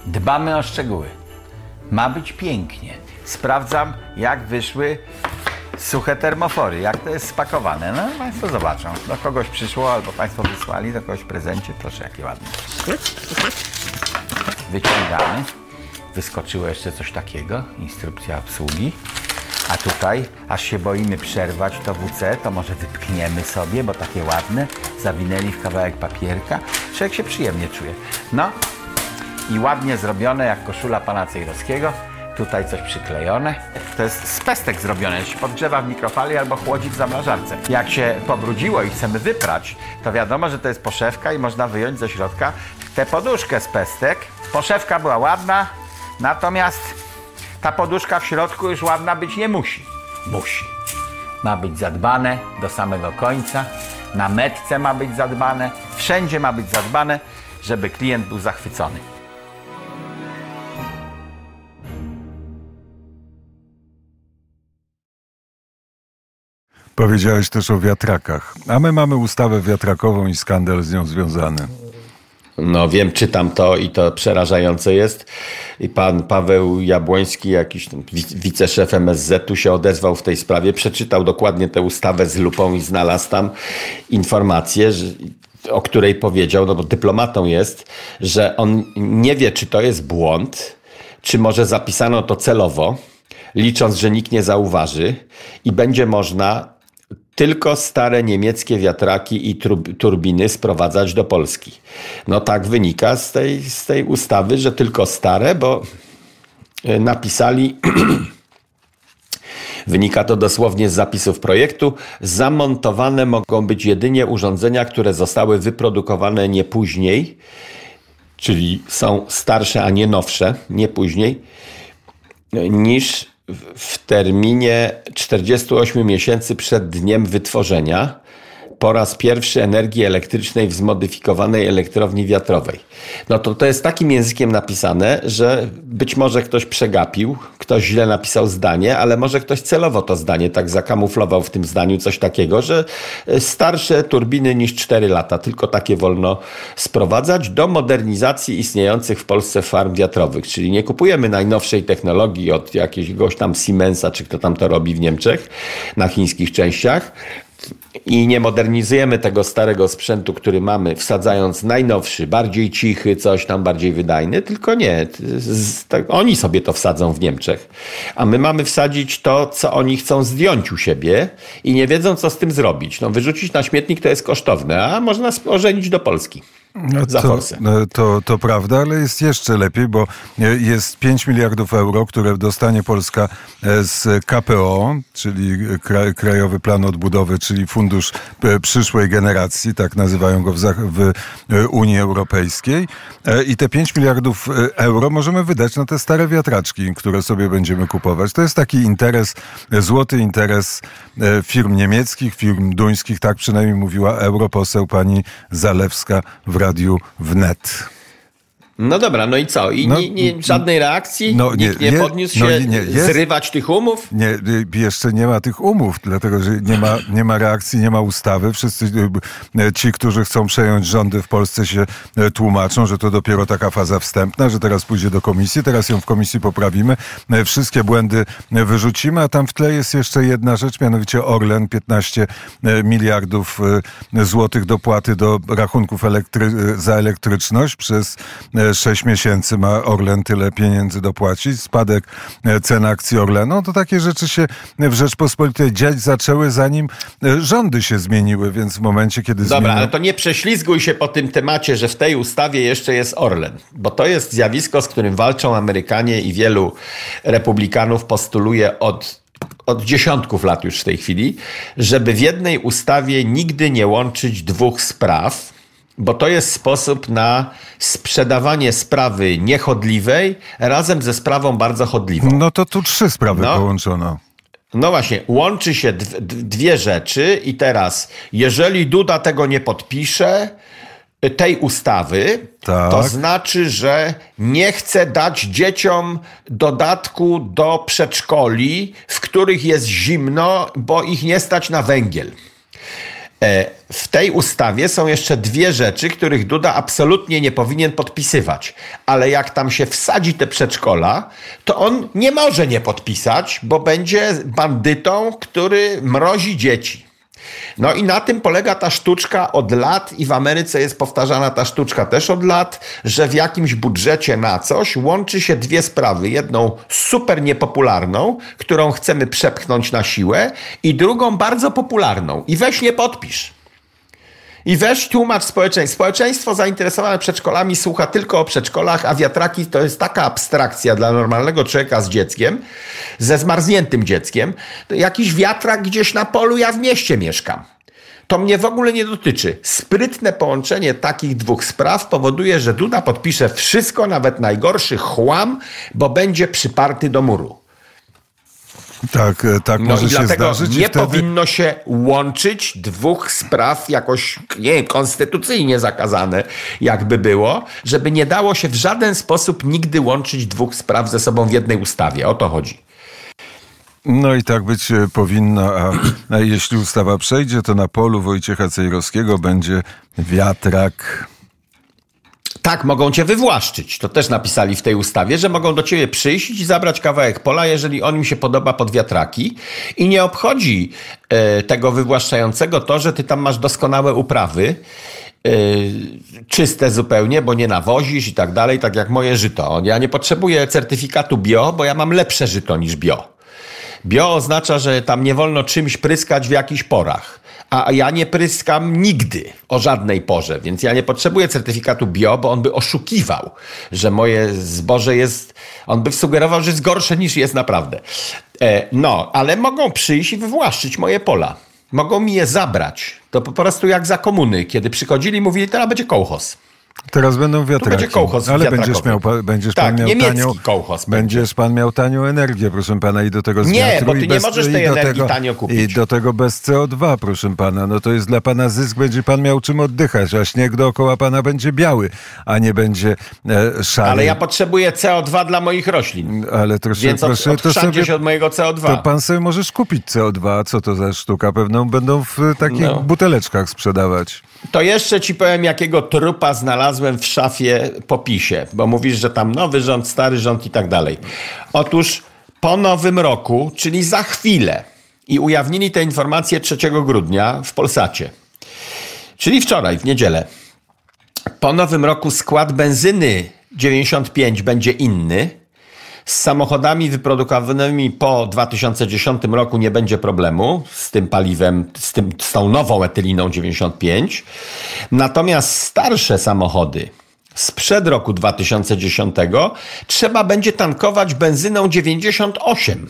Dbamy o szczegóły. Ma być pięknie. Sprawdzam, jak wyszły suche termofory, jak to jest spakowane. No Państwo zobaczą. Do kogoś przyszło, albo Państwo wysłali, do kogoś w prezencie. Proszę, jakie ładne. Wyciągamy. Wyskoczyło jeszcze coś takiego. Instrukcja obsługi. A tutaj, aż się boimy przerwać to WC, to może wypchniemy sobie, bo takie ładne. Zawinęli w kawałek papierka. Człowiek się przyjemnie czuje. No i ładnie zrobione, jak koszula pana Cejrowskiego. Tutaj coś przyklejone. To jest z pestek zrobione, się podgrzewa w mikrofali albo chłodzi w zamrażarce. Jak się pobrudziło i chcemy wyprać, to wiadomo, że to jest poszewka i można wyjąć ze środka tę poduszkę z pestek. Poszewka była ładna, natomiast ta poduszka w środku już ładna być nie musi. Musi. Ma być zadbane do samego końca. Na metce ma być zadbane. Wszędzie ma być zadbane, żeby klient był zachwycony. Powiedziałeś też o wiatrakach, a my mamy ustawę wiatrakową i skandal z nią związany. No wiem, czytam to i to przerażające jest. I pan Paweł Jabłoński, jakiś wiceszef MSZ-u się odezwał w tej sprawie, przeczytał dokładnie tę ustawę z lupą i znalazł tam informację, o której powiedział, no bo dyplomatą jest, że on nie wie, czy to jest błąd, czy może zapisano to celowo, licząc, że nikt nie zauważy i będzie można tylko stare niemieckie wiatraki i turbiny sprowadzać do Polski. No tak wynika z tej ustawy, że tylko stare, bo napisali, wynika to dosłownie z zapisów projektu, zamontowane mogą być jedynie urządzenia, które zostały wyprodukowane nie później, czyli są starsze, a nie nowsze, nie później, niż w terminie 48 miesięcy przed dniem wytworzenia po raz pierwszy energii elektrycznej w zmodyfikowanej elektrowni wiatrowej. No to jest takim językiem napisane, że być może ktoś przegapił, ktoś źle napisał zdanie, ale może ktoś celowo to zdanie tak zakamuflował w tym zdaniu coś takiego, że starsze turbiny niż 4 lata, tylko takie wolno sprowadzać do modernizacji istniejących w Polsce farm wiatrowych. Czyli nie kupujemy najnowszej technologii od jakiegoś tam Siemensa, czy kto tam to robi w Niemczech, na chińskich częściach, i nie modernizujemy tego starego sprzętu, który mamy, wsadzając najnowszy, bardziej cichy, coś tam bardziej wydajny, tylko nie. Oni sobie to wsadzą w Niemczech. A my mamy wsadzić to, co oni chcą zdjąć u siebie i nie wiedzą, co z tym zrobić. No, wyrzucić na śmietnik to jest kosztowne, a można ożenić do Polski. To prawda, ale jest jeszcze lepiej, bo jest 5 miliardów euro, które dostanie Polska z KPO, czyli Krajowy Plan Odbudowy, czyli Fundusz Przyszłej Generacji, tak nazywają go w Unii Europejskiej. I te 5 miliardów euro możemy wydać na te stare wiatraczki, które sobie będziemy kupować. To jest taki interes, złoty interes firm niemieckich, firm duńskich, tak przynajmniej mówiła europoseł pani Zalewska w Radiu Wnet. No dobra, no i co? I żadnej reakcji? Nikt nie podniósł się zrywać tych umów? Nie, jeszcze nie ma tych umów, dlatego że nie ma reakcji, nie ma ustawy. Wszyscy ci, którzy chcą przejąć rządy w Polsce, się tłumaczą, że to dopiero taka faza wstępna, że teraz pójdzie do komisji, teraz ją w komisji poprawimy, wszystkie błędy wyrzucimy, a tam w tle jest jeszcze jedna rzecz, mianowicie Orlen, 15 miliardów złotych dopłaty do rachunków za elektryczność przez 6 miesięcy ma Orlen tyle pieniędzy dopłacić, spadek cen akcji Orlenu, to takie rzeczy się w Rzeczpospolitej dziać zaczęły, zanim rządy się zmieniły, więc w momencie, kiedy Dobra, ale to nie prześlizguj się po tym temacie, że w tej ustawie jeszcze jest Orlen, bo to jest zjawisko, z którym walczą Amerykanie i wielu republikanów postuluje od dziesiątków lat już w tej chwili, żeby w jednej ustawie nigdy nie łączyć dwóch spraw, bo to jest sposób na sprzedawanie sprawy niechodliwej razem ze sprawą bardzo chodliwą. No to tu 3 sprawy połączono. No właśnie, łączy się dwie rzeczy i teraz, jeżeli Duda tego nie podpisze, tej ustawy, tak, to znaczy, że nie chce dać dzieciom dodatku do przedszkoli, w których jest zimno, bo ich nie stać na węgiel. W tej ustawie są jeszcze dwie rzeczy, których Duda absolutnie nie powinien podpisywać. Ale jak tam się wsadzi te przedszkola, to on nie może nie podpisać, bo będzie bandytą, który mrozi dzieci. No i na tym polega ta sztuczka od lat i w Ameryce jest powtarzana ta sztuczka też od lat, że w jakimś budżecie na coś łączy się dwie sprawy. Jedną super niepopularną, którą chcemy przepchnąć na siłę, i drugą bardzo popularną. I weź nie podpisz. I weź tłumacz społeczeństwu. Społeczeństwo zainteresowane przedszkolami słucha tylko o przedszkolach, a wiatraki to jest taka abstrakcja dla normalnego człowieka z dzieckiem, ze zmarzniętym dzieckiem. Jakiś wiatrak gdzieś na polu, ja w mieście mieszkam. To mnie w ogóle nie dotyczy. Sprytne połączenie takich dwóch spraw powoduje, że Duda podpisze wszystko, nawet najgorszy chłam, bo będzie przyparty do muru. Tak No może i się dlatego zdarzyć. nie I wtedy... powinno się łączyć dwóch spraw jakoś, nie wiem, konstytucyjnie zakazane, jakby było, żeby nie dało się w żaden sposób nigdy łączyć dwóch spraw ze sobą w jednej ustawie. O to chodzi. No i tak być powinno, a jeśli ustawa przejdzie, to na polu Wojciecha Cejrowskiego będzie wiatrak. Tak, mogą cię wywłaszczyć. To też napisali w tej ustawie, że mogą do ciebie przyjść i zabrać kawałek pola, jeżeli on im się podoba, pod wiatraki. I nie obchodzi tego wywłaszczającego to, że ty tam masz doskonałe uprawy, czyste zupełnie, bo nie nawozisz i tak dalej, tak jak moje żyto. Ja nie potrzebuję certyfikatu bio, bo ja mam lepsze żyto niż bio. Bio oznacza, że tam nie wolno czymś pryskać w jakichś porach. A ja nie pryskam nigdy o żadnej porze, więc ja nie potrzebuję certyfikatu bio, bo on by oszukiwał, że moje zboże jest, on by sugerował, że jest gorsze niż jest naprawdę. No, ale mogą przyjść i wywłaszczyć moje pola. Mogą mi je zabrać. To po prostu jak za komuny, kiedy przychodzili i mówili, teraz będzie kołchoz. Teraz będą wiatraki. będzie kołchoz ale wiatrakowy. będziesz Tak, pan miał niemiecki tanią, kołchoz będziesz pan miał tanią energię, proszę pana, i do tego z Nie, wiatru, bo ty i nie bez, możesz tej i do energii tego, tanio kupić. I do tego bez CO2, proszę pana. No to jest dla pana zysk, będzie pan miał czym oddychać, a śnieg dookoła pana będzie biały, a nie będzie szary. Ale ja potrzebuję CO2 dla moich roślin. Ale troszkę, Więc proszę, to odchrzancie się od mojego CO2. To pan sobie możesz kupić CO2. Co to za sztuka? Pewną będą w takich buteleczkach sprzedawać. To jeszcze ci powiem, jakiego trupa znalazłem w szafie po PiS-ie, bo mówisz, że tam nowy rząd, stary rząd i tak dalej. Otóż po nowym roku, czyli za chwilę, i ujawnili te informacje 3 grudnia w Polsacie, czyli wczoraj, w niedzielę. Po nowym roku skład benzyny 95 będzie inny. Z samochodami wyprodukowanymi po 2010 roku nie będzie problemu z tym paliwem, z tą nową etyliną 95. Natomiast starsze samochody sprzed roku 2010 trzeba będzie tankować benzyną 98,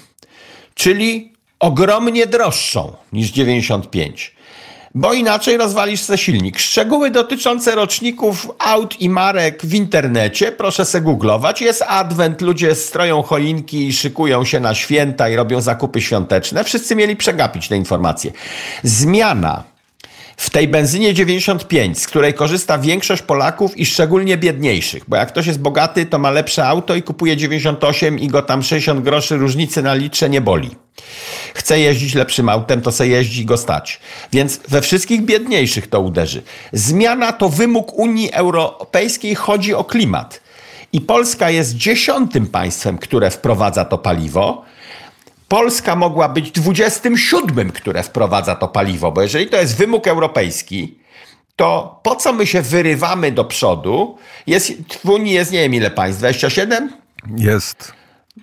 czyli ogromnie droższą niż 95. Bo inaczej rozwalisz se silnik. Szczegóły dotyczące roczników aut i marek w internecie proszę se googlować. Jest adwent, ludzie stroją choinki i szykują się na święta i robią zakupy świąteczne. Wszyscy mieli przegapić te informacje. Zmiana w tej benzynie 95, z której korzysta większość Polaków i szczególnie biedniejszych, bo jak ktoś jest bogaty, to ma lepsze auto i kupuje 98 i go tam 60 groszy różnicy na litrze nie boli. Chce jeździć lepszym autem, to se jeździ i go stać. Więc we wszystkich biedniejszych to uderzy. Zmiana to wymóg Unii Europejskiej, chodzi o klimat. I Polska jest 10. państwem, które wprowadza to paliwo. Polska mogła być 27., które wprowadza to paliwo, bo jeżeli to jest wymóg europejski, to po co my się wyrywamy do przodu? W Unii jest nie wiem ile państw, 27? Jest.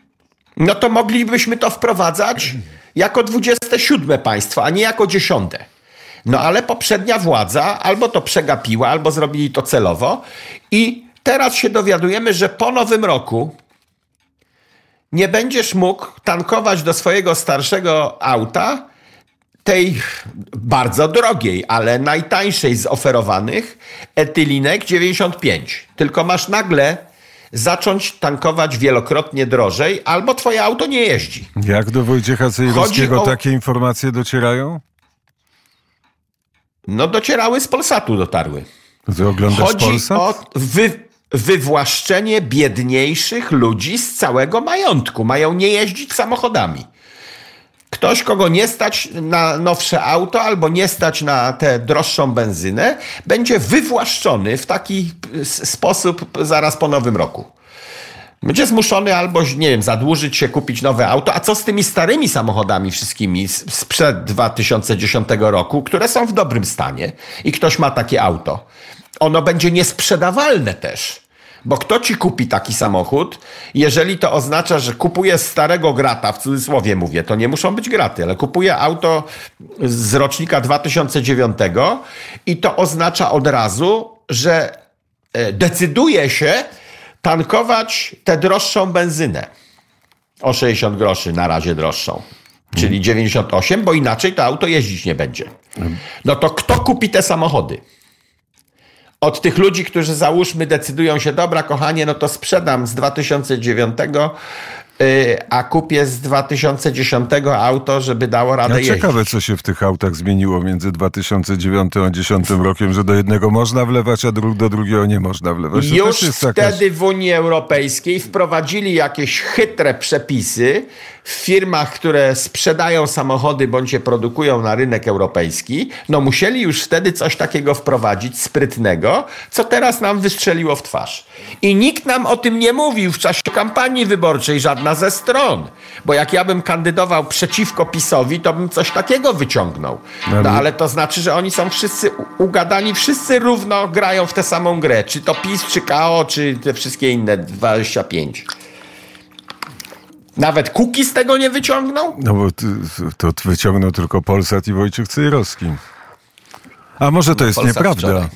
No to moglibyśmy to wprowadzać jako 27. państwo, a nie jako 10. No ale poprzednia władza albo to przegapiła, albo zrobili to celowo i teraz się dowiadujemy, że po nowym roku nie będziesz mógł tankować do swojego starszego auta tej bardzo drogiej, ale najtańszej z oferowanych etylinek 95. Tylko masz nagle zacząć tankować wielokrotnie drożej, albo twoje auto nie jeździ. Jak do Wojciecha Cejrowskiego takie informacje docierają? No docierały, z Polsatu dotarły. Ty oglądasz Chodzi Polsat? o wywłaszczenie biedniejszych ludzi z całego majątku. Mają nie jeździć samochodami. Ktoś, kogo nie stać na nowsze auto albo nie stać na tę droższą benzynę, będzie wywłaszczony w taki sposób zaraz po nowym roku. Będzie zmuszony albo, nie wiem, zadłużyć się, kupić nowe auto. A co z tymi starymi samochodami wszystkimi sprzed 2010 roku, które są w dobrym stanie i ktoś ma takie auto? Ono będzie niesprzedawalne też. Bo kto ci kupi taki samochód, jeżeli to oznacza, że kupuje starego grata, w cudzysłowie mówię, to nie muszą być graty, ale kupuje auto z rocznika 2009 i to oznacza od razu, że decyduje się tankować tę droższą benzynę. O 60 groszy na razie droższą. Czyli 98, bo inaczej to auto jeździć nie będzie. No to kto kupi te samochody? Od tych ludzi, którzy załóżmy decydują się, dobra kochanie, no to sprzedam z 2009, a kupię z 2010 auto, żeby dało radę jeździć. Ciekawe, co się w tych autach zmieniło między 2009 a 2010 rokiem, że do jednego można wlewać, a do drugiego nie można wlewać. To już jest wtedy w Unii Europejskiej wprowadzili jakieś chytre przepisy w firmach, które sprzedają samochody bądź je produkują na rynek europejski. No musieli już wtedy coś takiego wprowadzić, sprytnego, co teraz nam wystrzeliło w twarz. I nikt nam o tym nie mówił w czasie kampanii wyborczej, żadna ze stron. Bo jak ja bym kandydował przeciwko PiS-owi, to bym coś takiego wyciągnął. No ale to znaczy, że oni są wszyscy ugadani, wszyscy równo grają w tę samą grę. Czy to PiS, czy KO, czy te wszystkie inne 25. Nawet Kukiz z tego nie wyciągnął? No bo to wyciągnął tylko Polsat i Wojciech Cejrowski. A może to jest Polsat nieprawda? wczoraj.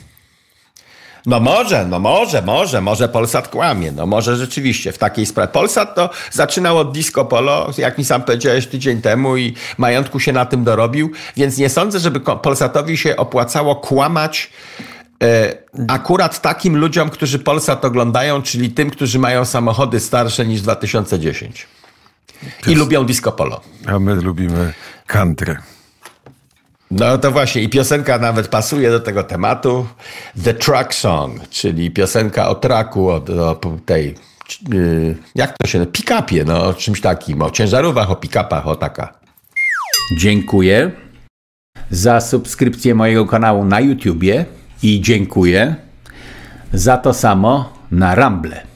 Może Polsat kłamie, no może rzeczywiście w takiej sprawie. Polsat to zaczynał od disco polo, jak mi sam powiedziałeś tydzień temu i majątku się na tym dorobił, więc nie sądzę, żeby Polsatowi się opłacało kłamać akurat takim ludziom, którzy Polsat oglądają, czyli tym, którzy mają samochody starsze niż 2010 i lubią disco polo. A my lubimy country. No to właśnie i piosenka nawet pasuje do tego tematu. The Truck Song, czyli piosenka o traku, o tej, jak to się nazywa, pick-upie, no o czymś takim, o ciężarówkach, o pick-upach, o taka. Dziękuję za subskrypcję mojego kanału na YouTubie i dziękuję za to samo na Rumble.